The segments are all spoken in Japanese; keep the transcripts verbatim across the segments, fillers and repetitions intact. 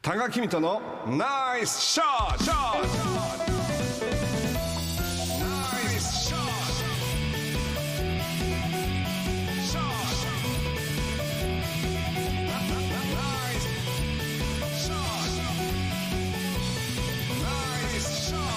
多賀君とのナイスショット、ナイスショット、ショット、ナイスショット、ナイスショッ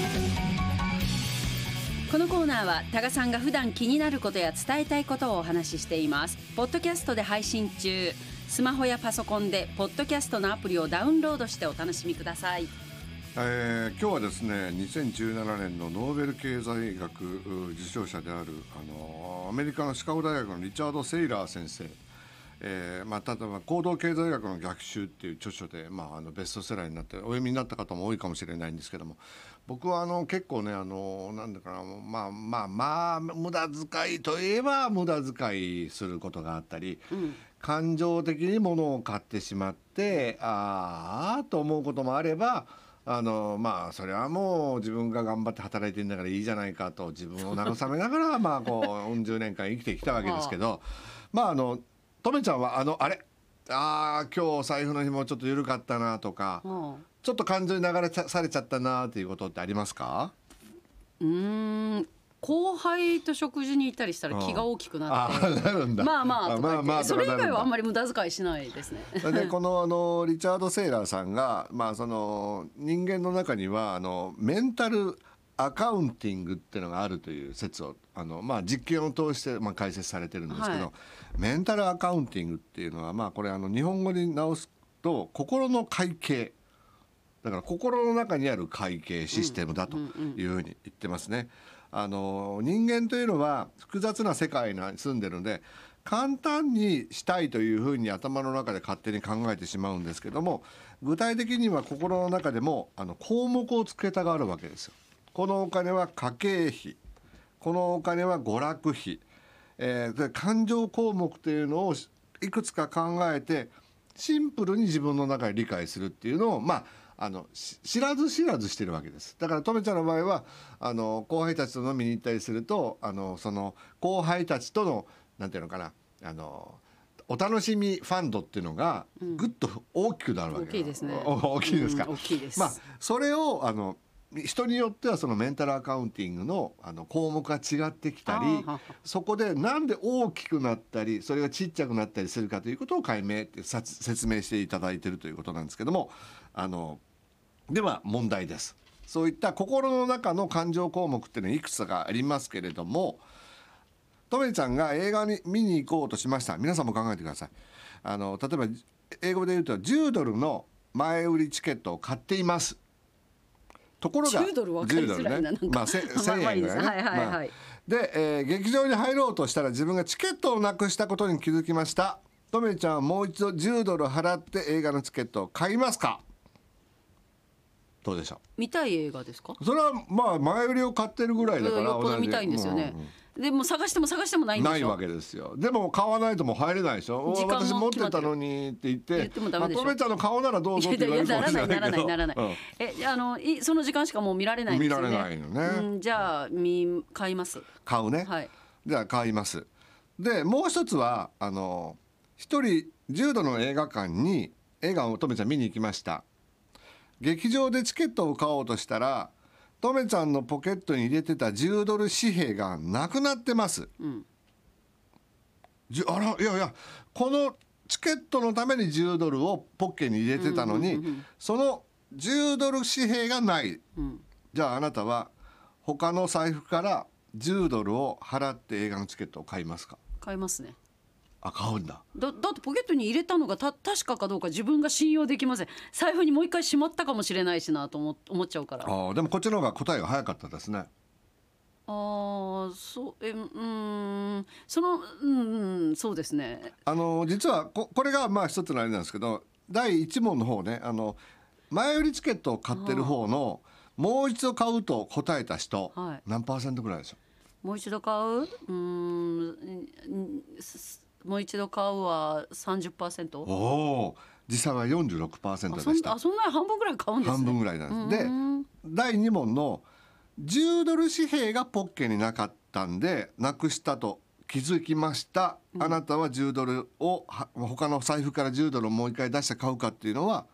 ト。 このコーナーは多賀さんが普段気になることや伝えたいことをお話ししています。ポッドキャストで配信中。スマホやパソコンでポッドキャストのアプリをダウンロードしてお楽しみください。 えー、今日はですねにせんじゅうななねんのノーベル経済学受賞者であるあのアメリカのシカゴ大学のリチャード・セイラー先生、えーまあ、例えば行動経済学の逆襲っていう著書で、まあ、あのベストセラーになってお読みになった方も多いかもしれないんですけども、僕はあの結構ねあのなんだかなまあまあまあ無駄遣いといえば無駄遣いすることがあったり、うん、感情的に物を買ってしまってああと思うこともあれば、あのまあそれはもう自分が頑張って働いてるんだからいいじゃないかと自分を慰めながらまあこううん十年間生きてきたわけですけどまああのとめちゃんはあのあれあー今日財布の紐ちょっと緩かったなとか、うん、ちょっと感情に流れされちゃったなっていうことってありますか？ うーん後輩と食事に行ったりしたら気が大きくなって、うん、あなるんだまあまあとか言って、まあまあそれ以外はあんまり無駄遣いしないですね。 でこのあのリチャード・セイラーさんが、まあ、その人間の中にはあのメンタルアカウンティングっていうのがあるという説をあの、まあ、実験を通して、まあ、解説されてるんですけど、はい、メンタルアカウンティングっていうのは、まあ、これあの日本語に直すと心の会計だから心の中にある会計システムだというふうに言ってますね。あの人間というのは複雑な世界に住んでるので簡単にしたいというふうに頭の中で勝手に考えてしまうんですけども、具体的には心の中でもあの項目をつけたがるわけですよ。このお金は家計費、このお金は娯楽費、えー、で感情項目というのをいくつか考えてシンプルに自分の中で理解するっていうのをまああの知らず知らずしてるわけです。だからとめちゃんの場合はあの後輩たちと飲みに行ったりするとあのその後輩たちとのなんていうのかなあのお楽しみファンドっていうのがぐっと大きくなるわけ、うん、 大きいですね。 大きいですか、 うん、大きいです。 まあそれをあの人によってはそのメンタルアカウンティング の, あの項目が違ってきたりそこでなんで大きくなったりそれがちっちゃくなったりするかということを解明って説明していただいているということなんですけども、あのでは問題です。そういった心の中の感情項目っていうのはいくつかありますけれども、とめちゃんが映画に見に行こうとしました。皆さんも考えてください。あの例えば英語で言うとじゅうドルの前売りチケットを買っています。ところがじゅうドル分かりづらいな、なんかまあ、せんえんぐらいね、はいはいはい、で、えー、劇場に入ろうとしたら自分がチケットをなくしたことに気づきました。とめちゃんはもう一度じゅうドル払って映画のチケットを買いますか？どうでしょう。 見たい映画ですか？ それはまあ前売りを買ってるぐらいだからよっぽど見たいんですよね、うんうん、でも探しても探してもないんでしょ。 ないわけですよ。でも買わないともう入れないでしょ。私持ってたのにって言って言ってもダメでしょ。 まあ、とめちゃんの顔ならどうぞって言われるかもしれないけど、 ならないならないならない、うん、えあのいその時間しかもう見られないんですよね。 見られないのね、 うん、じゃあ見買います。 買うね、はい、じゃあ買います。でもう一つはあの一人じゅうドルの映画館に映画をとめちゃん見に行きました。劇場でチケットを買おうとしたらとめちゃんのポケットに入れてたじゅうドル紙幣がなくなってます、うん、じあらいやいやこのチケットのためにじゅうドルをポッケに入れてたのに、うんうんうんうん、そのじゅうドル紙幣がない、うん、じゃああなたは他の財布からじゅうドルを払って映画のチケットを買いますか？ 買いますね。 あ、買うんだ。 だ, だってポケットに入れたのがた確かかどうか自分が信用できません。財布にもう一回しまったかもしれないしなと 思, 思っちゃうから。 あでもこっちの方が答えが早かったですね。 あそうえうんそのうんうんそうですね。 あの実は こ, これがまあ一つのあれなんですけどだいいち問の方ねあの前売りチケットを買ってる方のもう一度買うと答えた人、はい、何パーセントぐらいでしょう？もう一度買ううんもう一度買うは さんじゅっパーセント。 お実際は よんじゅうろくパーセント でした。 あ そ, あそんな半分ぐらい買うんですね。 半分ぐらいなんです。でだいに問のじゅうドル紙幣がポッケになかったんでなくしたと気づきました、うん、あなたはじゅうドルを他の財布からじゅうドルをもう一回出して買うかっていうのは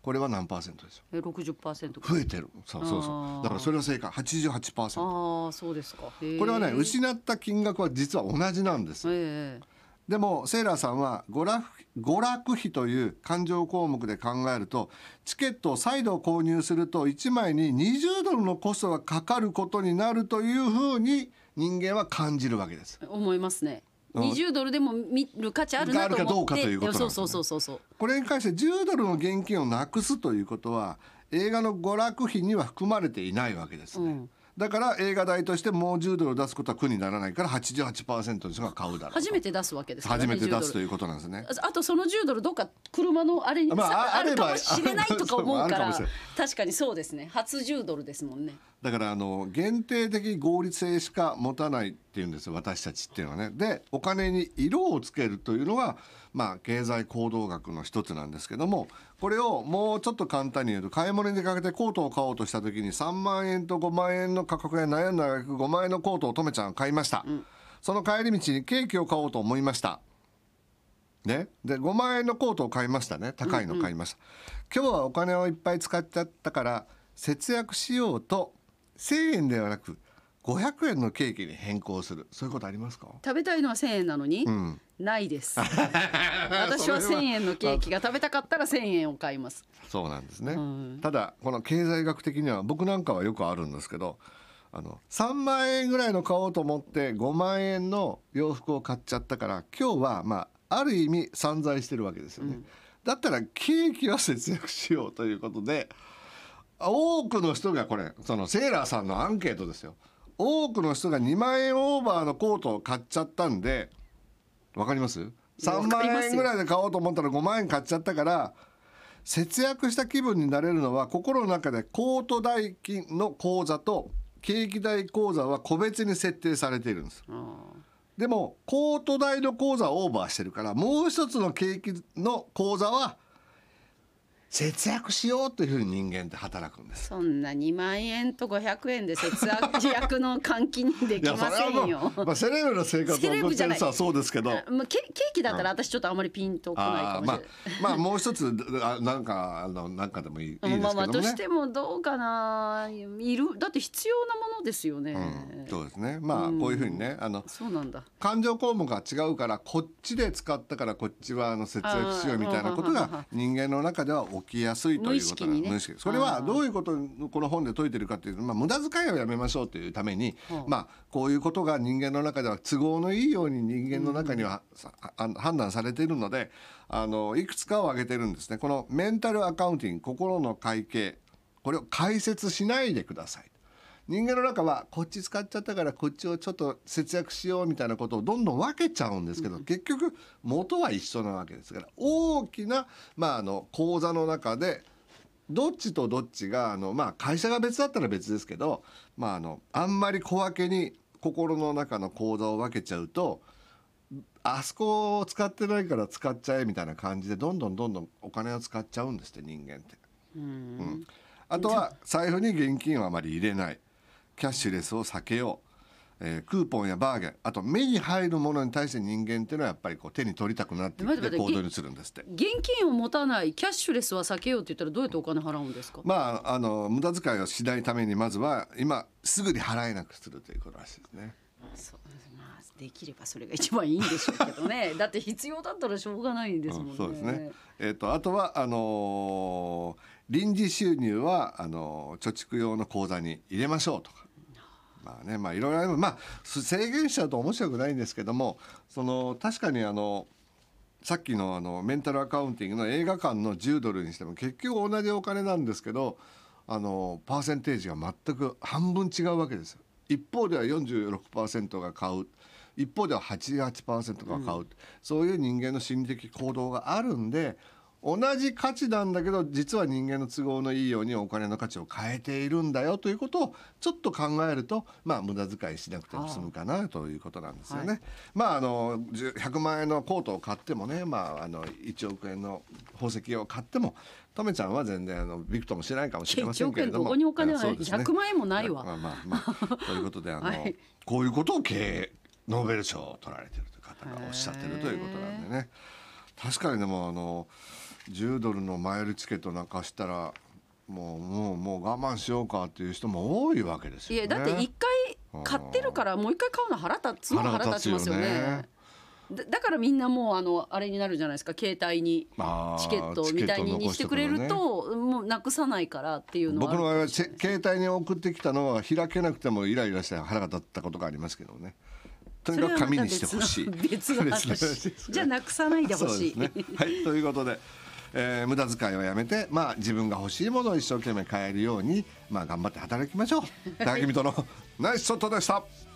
これは何パーセントでしょえ ろくじゅっパーセントう。増えてる。そうそうあそーう。だからそれは正解 はちじゅうはちパーセント。 ああそうですか。へーこれはね失った金額は実は同じなんです。 ええでもセーラーさんは娯楽、娯楽費という勘定項目で考えるとチケットを再度購入するといちまいににじゅうドルのコストがかかることになるというふうに人間は感じるわけです。 思いますね。 うんにじゅうドルでも見る価値あるなと思って、 があるかどうかということなんですねそうそうそうそうこれに関してじゅうドルの現金をなくすということは映画の娯楽費には含まれていないわけですね、 うんだから映画代としてもうじゅうドルを出すことは苦にならないから はちじゅうはちパーセント の人が買うだろうと。 初めて出すわけですからね。 初めて出すとじゅういうことなんですね。 ドルあとそのじゅうドルどっか車のあれにさ、 まああるあればかもしれないとか思うあるからかもしれない確かにそうですね。初じゅうドルですもんね。 だからあの限定的合理性しか持たないっていうんですよ私たちっていうのはね。でお金に色をつけるというのがまあ経済行動学の一つなんですけども、これをもうちょっと簡単に言うと買い物に出かけてコートを買おうとした時にさんまんえんとごまんえんの価格で悩んだ挙句ごまんえんのコートをとめちゃん買いました、うん、その帰り道にケーキを買おうと思いましたね、でごまんえんのコートを買いましたね。高いの買いました、うんうん、今日はお金をいっぱい使っちゃったから節約しようとせんえんではなくごひゃくえんのケーキに変更する。そういうことありますか？ 食べたいのはせんえんなのに、うん、ないです私はせんえんのケーキが食べたかったらせんえんを買います。 そうなんですね、うん、ただこの経済学的には僕なんかはよくあるんですけど、あのさんまんえんぐらいの買おうと思ってごまんえんの洋服を買っちゃったから今日はまあある意味散財してるわけですよね、うん、だったらケーキは節約しようということで多くの人がこれそのセーラーさんのアンケートですよ。多くの人がにまんえんオーバーのコートを買っちゃったんで、わかります？さんまんえんぐらいで買おうと思ったらごまんえん買っちゃったから節約した気分になれるのは心の中でコート代金の口座とケーキ代口座は個別に設定されているんです。でもコート代の口座はオーバーしてるからもう一つのケーキの口座は節約しようというふうに人間って働くんです。 そんなにまんえんとごひゃくえんで節約の換金できませんよ。 まあ、セレブの生活を送ってる人はそうですけど、 まあ、ケ, ケーキだったら私ちょっとあまりピンとこないかもしれない。 まあ、まあもう一つあなんかあのなんかでもいい、いいですけどもね。 まあまあとしてもどうかな、いるだって必要なものですよね、 うん、そうですね。まあこういうふうにね、あのそうなんだ、 勘定項目が違うからこっちで使ったからこっちはあの節約しようみたいなことが人間の中では起きやすいということなんです。無意識にね。それはどういうことをこの本で説いてるかというと、まあ、無駄遣いをやめましょうというために、まあ、こういうことが人間の中では都合のいいように人間の中には、うん、判断されているのであのいくつかを挙げてるんですね。このメンタルアカウンティング、心の会計、これを解説しないでください。人間の中はこっち使っちゃったからこっちをちょっと節約しようみたいなことをどんどん分けちゃうんですけど、うん、結局元は一緒なわけですから大きな、まあ、あの口座の中でどっちとどっちがあの、まあ、会社が別だったら別ですけど、まあ、あのあんまり小分けに心の中の口座を分けちゃうとあそこを使ってないから使っちゃえみたいな感じでどんどんどんどんお金を使っちゃうんですって人間って。うん、うん、あとは財布に現金をあまり入れない、キャッシュレスを避けよう、えー、クーポンやバーゲン、あと目に入るものに対して人間っていうのはやっぱりこう手に取りたくなってきて行動にするんですって。 現金を持たない、キャッシュレスは避けようって言ったらどうやってお金払うんですか？ まあ、あの無駄遣いをしないためにまずは今すぐに払えなくするということらしいですね。 そう、まあ、できればそれが一番いいんでしょうけどねだって必要だったらしょうがないんですもんね、うん、 そうですね、えー、とあとはあのー、臨時収入はあのー、貯蓄用の口座に入れましょうとか、まあね、まあいろいろある、まあ制限しちゃうと面白くないんですけども、その確かにあのさっきのあのメンタルアカウンティングの映画館のじゅうドルにしても結局同じお金なんですけど、あのパーセンテージが全く半分違うわけですよ。一方では よんじゅうろくパーセント が買う、一方では はちじゅうはちパーセント が買う、うん、そういう人間の心理的行動があるんで、同じ価値なんだけど実は人間の都合のいいようにお金の価値を変えているんだよということをちょっと考えると、まあ無駄遣いしなくても済むかなということなんですよね、はい、まああのひゃくまんえんのコートを買ってもね、まああのいちおくえんの宝石を買ってもとめちゃんは全然あのビクともしないかもしれませんけれども、 ここにお金はひゃくまんえんもないわ。 まあまあまあということであの、はい、こういうことを経営ノーベル賞を取られているという方がおっしゃっているということなんでね。確かにでもあのじゅうドルのマイルチケットなんかしたらもうもうもう我慢しようかっていう人も多いわけですよね。 いやだって一回買ってるからもう一回買うの腹立つのは腹立ちますよね。 腹立つよね。 だ, だからみんなもうあのあれになるじゃないですか、携帯にチケットみたいにしてくれるともうなくさないからっていうのはある。 僕の場合は携帯に送ってきたのは開けなくてもイライラして腹が立ったことがありますけどね。とにかく紙にしてほしい。 別の話じゃあなくさないでほしい。 そうですね。はい、ということで、えー、無駄遣いをやめて、まあ、自分が欲しいものを一生懸命買えるように、まあ、頑張って働きましょう。高木美斗のナイスショットでした。